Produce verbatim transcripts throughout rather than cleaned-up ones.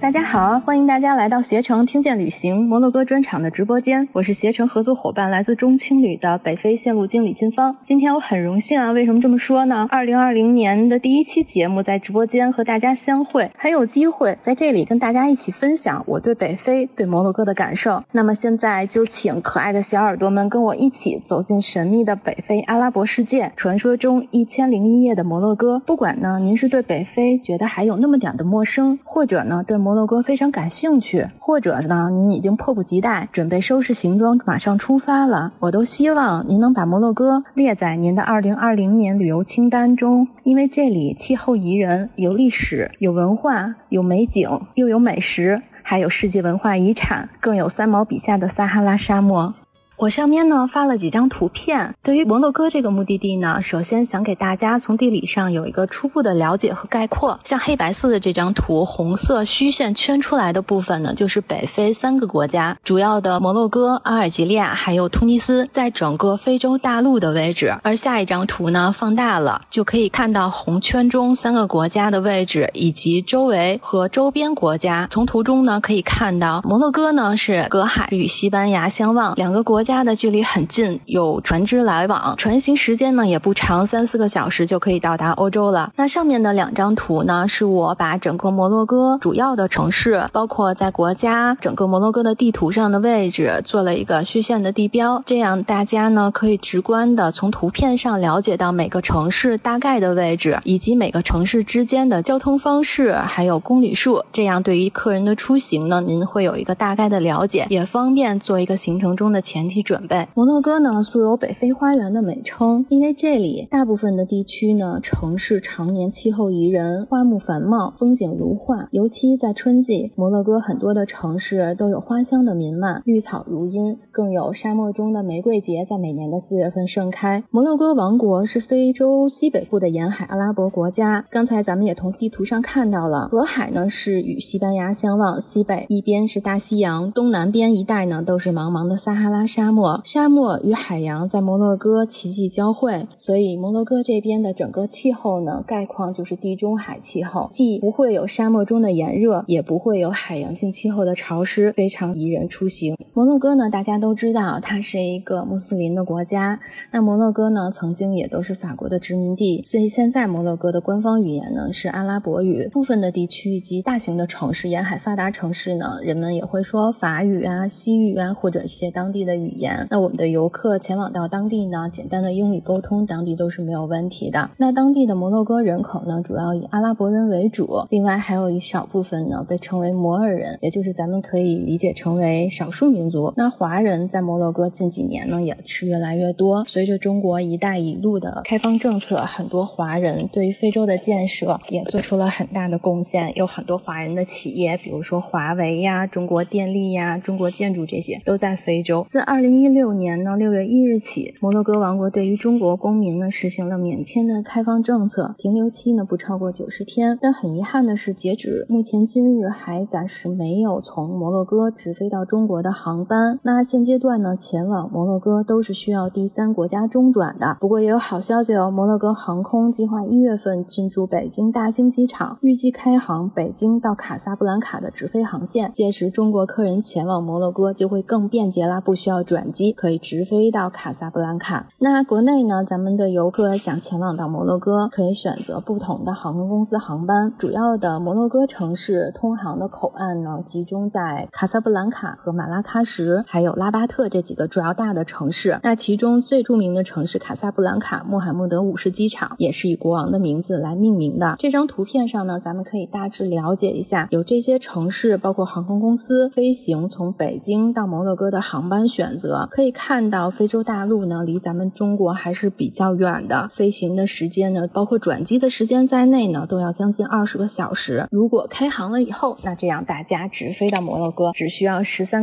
大家好，欢迎大家来到携程听见旅行摩洛哥专场的直播间，我是携程合作伙伴来自中青旅的北非线路经理金芳。今天我很荣幸啊，为什么这么说呢？二零二零年的第一期节目在直播间和大家相会，很有机会在这里跟大家一起分享我对北非、对摩洛哥的感受。那么现在就请可爱的小耳朵们跟我一起走进神秘的北非阿拉伯世界，传说中一千零一夜的摩洛哥。不管呢您是对北非觉得还有那么点的陌生，或者呢对摩洛哥非常感兴趣，或者呢您已经迫不及待准备收拾行装马上出发了，我都希望您能把摩洛哥列在您的二零二零年旅游清单中，因为这里气候宜人，有历史，有文化，有美景，又有美食，还有世界文化遗产，更有三毛笔下的撒哈拉沙漠。我上面呢发了几张图片，对于摩洛哥这个目的地呢，首先想给大家从地理上有一个初步的了解和概括。像黑白色的这张图，红色虚线圈出来的部分呢，就是北非三个国家，主要的摩洛哥、阿尔及利亚还有突尼斯，在整个非洲大陆的位置。而下一张图呢放大了，就可以看到红圈中三个国家的位置以及周围和周边国家。从图中呢可以看到，摩洛哥呢是隔海与西班牙相望，两个国家家的距离很近，有船只来往，船行时间呢也不长，三四个小时就可以到达欧洲了。那上面的两张图呢，是我把整个摩洛哥主要的城市，包括在国家整个摩洛哥的地图上的位置做了一个虚线的地标，这样大家呢可以直观的从图片上了解到每个城市大概的位置，以及每个城市之间的交通方式，还有公里数，这样对于客人的出行呢，您会有一个大概的了解，也方便做一个行程中的前提准备。摩洛哥呢素有北非花园的美称，因为这里大部分的地区呢城市常年气候宜人，花木繁茂，风景如画，尤其在春季，摩洛哥很多的城市都有花香的弥漫，绿草如茵，更有沙漠中的玫瑰节在每年的四月份盛开。摩洛哥王国是非洲西北部的沿海阿拉伯国家，刚才咱们也从地图上看到了，隔海呢是与西班牙相望，西北一边是大西洋，东南边一带呢都是茫茫的撒哈拉沙漠，沙漠与海洋在摩洛哥奇迹交汇，所以摩洛哥这边的整个气候呢，概况就是地中海气候，既不会有沙漠中的炎热，也不会有海洋性气候的潮湿，非常宜人出行。摩洛哥呢，大家都知道它是一个穆斯林的国家，那摩洛哥呢，曾经也都是法国的殖民地，所以现在摩洛哥的官方语言呢是阿拉伯语，部分的地区以及大型的城市，沿海发达城市呢，人们也会说法语啊、西语啊，或者一些当地的语言。那我们的游客前往到当地呢，简单的英语沟通，当地都是没有问题的。那当地的摩洛哥人口呢，主要以阿拉伯人为主，另外还有一少部分呢被称为摩尔人，也就是咱们可以理解成为少数民族。那华人在摩洛哥近几年呢也是越来越多，随着中国一带一路的开放政策，很多华人对于非洲的建设也做出了很大的贡献，有很多华人的企业，比如说华为呀、中国电力呀、中国建筑，这些都在非洲。自二零一六年呢六月一日起，摩洛哥王国对于中国公民呢实行了免签的开放政策，停留期呢不超过九十天。但很遗憾的是，截止目前今日还暂时没有从摩洛哥直飞到中国的航班。那现阶段呢，前往摩洛哥都是需要第三国家中转的。不过也有好消息哦，摩洛哥航空计划一月份进驻北京大兴机场，预计开航北京到卡萨布兰卡的直飞航线，届时中国客人前往摩洛哥就会更便捷啦，不需要转机，可以直飞到卡萨布兰卡。那国内呢，咱们的游客想前往到摩洛哥，可以选择不同的航空公司航班，主要的摩洛哥城市通航的口岸呢，集中在卡萨布兰卡和马拉喀什还有拉巴特这几个主要大的城市。那其中最著名的城市卡萨布兰卡穆罕默德五世机场也是以国王的名字来命名的。这张图片上呢，咱们可以大致了解一下，有这些城市包括航空公司飞行从北京到摩洛哥的航班选择。可以看到非洲大陆呢离咱们中国还是比较远的，飞行的时间呢包括转机的时间在内呢都要将近二十个小时。如果开航了以后，那这样大家直飞到摩洛哥只需要十三个小时的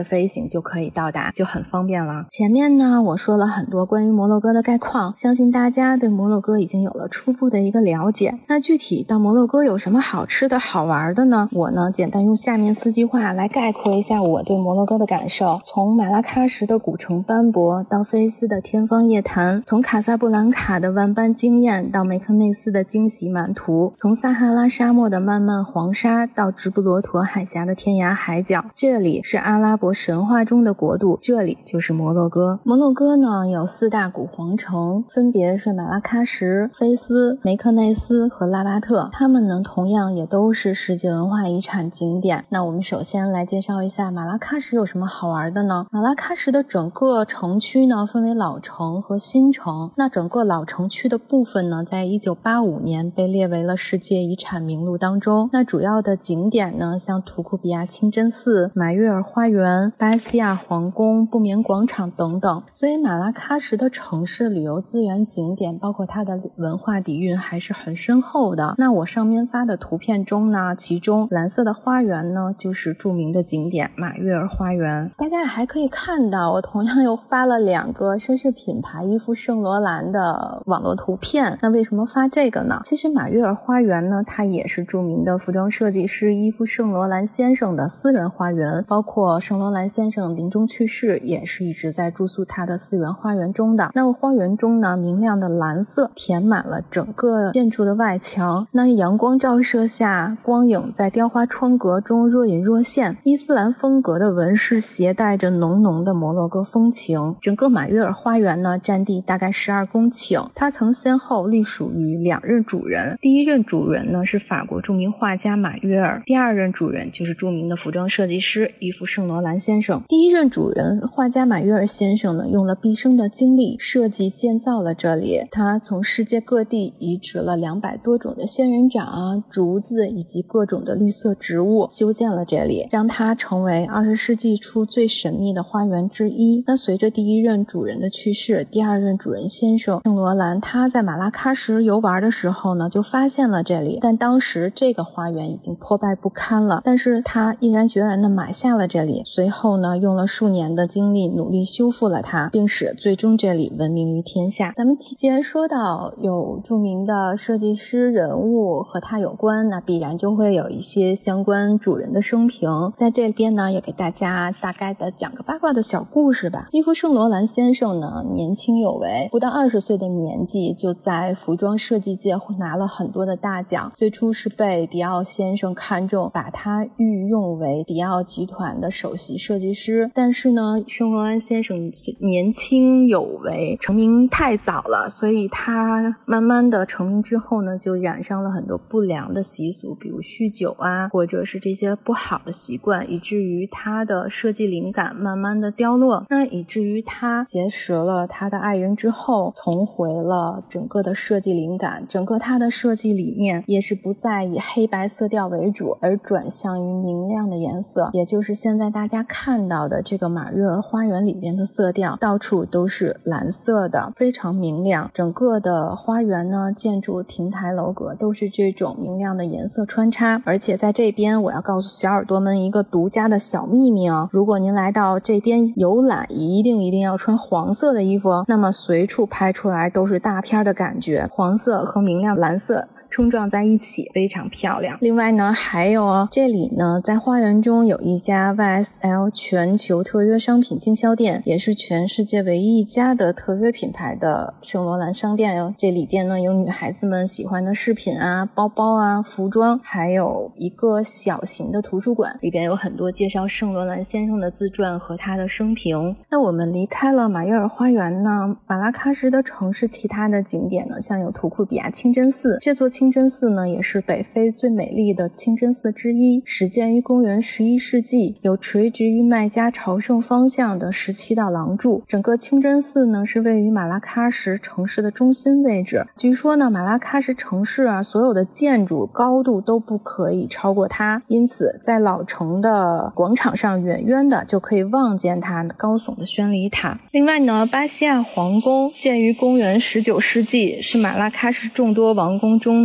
的飞行就可以到达，就很方便了。前面呢我说了很多关于摩洛哥的概况，相信大家对摩洛哥已经有了初步的一个了解。那具体到摩洛哥有什么好吃的好玩的呢？我呢简单用下面四句话来概括一下我对摩洛哥的感受。从马拉喀什的古城斑驳到菲斯的天方夜谭，从卡萨布兰卡的万般惊艳到梅克内斯的惊喜满途，从撒哈拉沙漠的漫漫黄沙到直布罗陀海峡的天涯海角，这里是阿拉伯神话中的国度，这里就是摩洛哥。摩洛哥呢有四大古皇城，分别是马拉喀什、菲斯、梅克内斯和拉巴特，它们呢同样也都是世界文化遗产景点。那我们首先来介绍一下马拉喀什有什么好玩的呢？马拉喀什的整个城区呢分为老城和新城，那整个老城区的部分呢在一九八五年被列为了世界遗产名录当中。那主要的景点呢像图库比亚清真寺、马约尔花园、巴西亚皇宫、不眠广场等等。所以马拉喀什的城市旅游资源景点包括它的文化底蕴还是很深厚的。那我上面发的图片中呢，其中蓝色的花园呢就是著名的景点马约尔花园。大家还可以看到我同样又发了两个奢侈品牌伊夫圣罗兰的网络图片。那为什么发这个呢？其实马约尔花园呢它也是著名的服装设计师伊夫圣罗兰先生的私人花园，包括圣罗兰先生临终去世也是一直在住宿他的私园花园中的。那花园中呢明亮的蓝色填满了整个建筑的外墙，那阳光照射下，光影在雕花窗格中若隐若现，伊斯兰风格的纹饰携带着浓浓的摩洛哥风情。整个马约尔花园呢占地大概十二公顷，它曾先后隶属于两任主人。第一任主人呢是法国著名画家马约尔，第二任主人就是著名的服装设计师伊夫圣罗兰先生。第一任主人画家马约尔先生呢用了毕生的精力设计建造了这里，他从世界各地移植了两百多种的仙人掌啊、竹子以及各种的绿色植物，修建了这里，让它成为二十世纪初最神秘的花园之一。那随着第一任主人的去世，第二任主人先生圣罗兰他在马拉喀什游玩的时候呢就发现了这里，但当时这个花园已经破败不堪了，但是他毅然决然地买下了这里，随后呢用了数年的精力努力修复了它，并使最终这里闻名于天下。咱们既然说到有著名的设计师人物和他有关，那必然就会有一些相关主人的生平。在这边呢也给大家大概的讲个八卦的小故事吧。伊夫圣罗兰先生呢年轻有为，不到二十岁的年纪就在服装设计界拿了很多的大奖，最初是被迪奥先生看中，把他御用为迪奥集团的首席设计师。但是呢圣罗兰先生年轻有为，成名太早了，所以他慢慢的成名之后呢就染上了很多不良的习俗，比如酗酒啊，或者是这些不好的习惯，以至于他的设计灵感慢慢的凋落。那以至于他结识了他的爱人之后，重回了整个的设计灵感，整个他的设计理念也是不再以黑白色调为主，而转向于明亮的颜色，也就是现在大家看到的这个马约尔花园里面的色调，到处都是蓝色的，非常明亮。整个的花园呢，建筑、亭台楼阁都是这种明亮的颜色穿插。而且在这边我要告诉小耳朵们一个独家的小秘密哦，如果您来到这边游览，一定一定要穿黄色的衣服哦，那么随处拍出来都是大片的感觉，黄色和明亮蓝色冲撞在一起，非常漂亮。另外呢还有哦，这里呢在花园中有一家 Y S L 全球特约商品经销店，也是全世界唯一一家的特约品牌的圣罗兰商店哟。这里边呢有女孩子们喜欢的饰品啊、包包啊、服装，还有一个小型的图书馆，里边有很多介绍圣罗兰先生的自传和他的生平。那我们离开了马约尔花园呢，马拉喀什的城市其他的景点呢，像有图库比亚清真寺，这座清真寺呢也是北非最美丽的清真寺之一，始建于公元十一世纪，有垂直于麦加朝圣方向的十七道廊柱。整个清真寺呢是位于马拉喀什城市的中心位置，据说呢马拉喀什城市啊所有的建筑高度都不可以超过它，因此在老城的广场上远远的就可以望见它高耸的宣礼塔。另外呢巴西亚皇宫建于公元十九世纪，是马拉喀什众多王宫中呢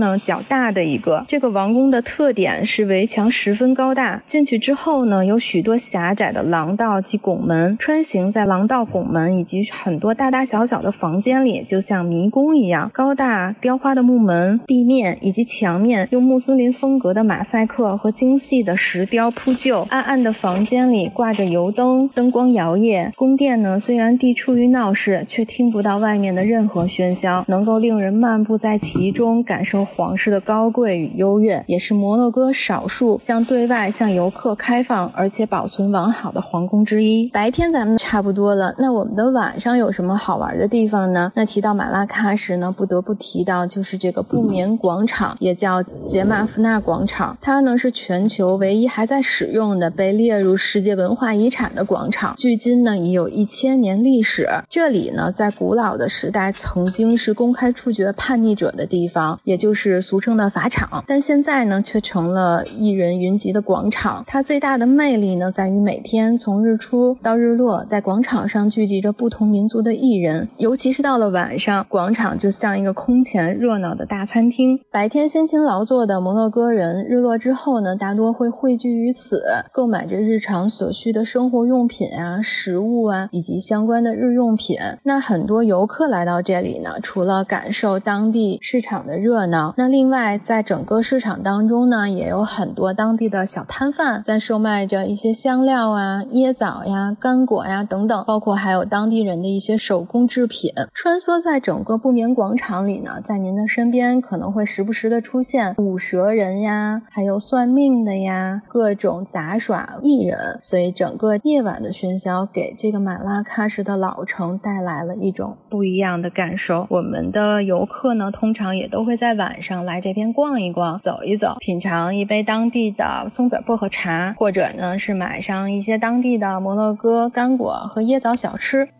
呢较大的一个。这个王宫的特点是围墙十分高大，进去之后呢有许多狭窄的廊道及拱门，穿行在廊道、拱门以及很多大大小小的房间里，就像迷宫一样。高大雕花的木门、地面以及墙面用穆斯林风格的马赛克和精细的石雕铺就，暗暗的房间里挂着油灯，灯光摇曳。宫殿呢虽然地处于闹市，却听不到外面的任何喧嚣，能够令人漫步在其中，感受皇室的高贵与优越，也是摩洛哥少数向对外向游客开放而且保存完好的皇宫之一。白天咱们差不多了，那我们的晚上有什么好玩的地方呢？那提到马拉喀什呢，不得不提到就是这个不眠广场，也叫杰马夫纳广场。它呢是全球唯一还在使用的被列入世界文化遗产的广场，距今呢已有一千年历史。这里呢在古老的时代曾经是公开处决叛逆者的地方，也就是俗称的法场，但现在呢却成了艺人云集的广场。它最大的魅力呢在于每天从日出到日落，在广场上聚集着不同民族的艺人，尤其是到了晚上，广场就像一个空前热闹的大餐厅。白天辛勤劳作的摩洛哥人，日落之后呢大多会汇聚于此，购买着日常所需的生活用品啊、食物啊以及相关的日用品。那很多游客来到这里呢，除了感受当地市场的热闹，那另外在整个市场当中呢，也有很多当地的小摊贩在售卖着一些香料啊、椰枣呀、干果呀等等，包括还有当地人的一些手工制品。穿梭在整个不眠广场里呢，在您的身边可能会时不时的出现舞蛇人呀，还有算命的呀，各种杂耍艺人，所以整个夜晚的喧嚣给这个马拉喀什的老城带来了一种不一样的感受。我们的游客呢，通常也都会在晚上来这边逛一逛、走一走，品尝一杯当地的松子薄荷茶，或者呢是买上一些当地的摩洛哥干果和椰枣小吃。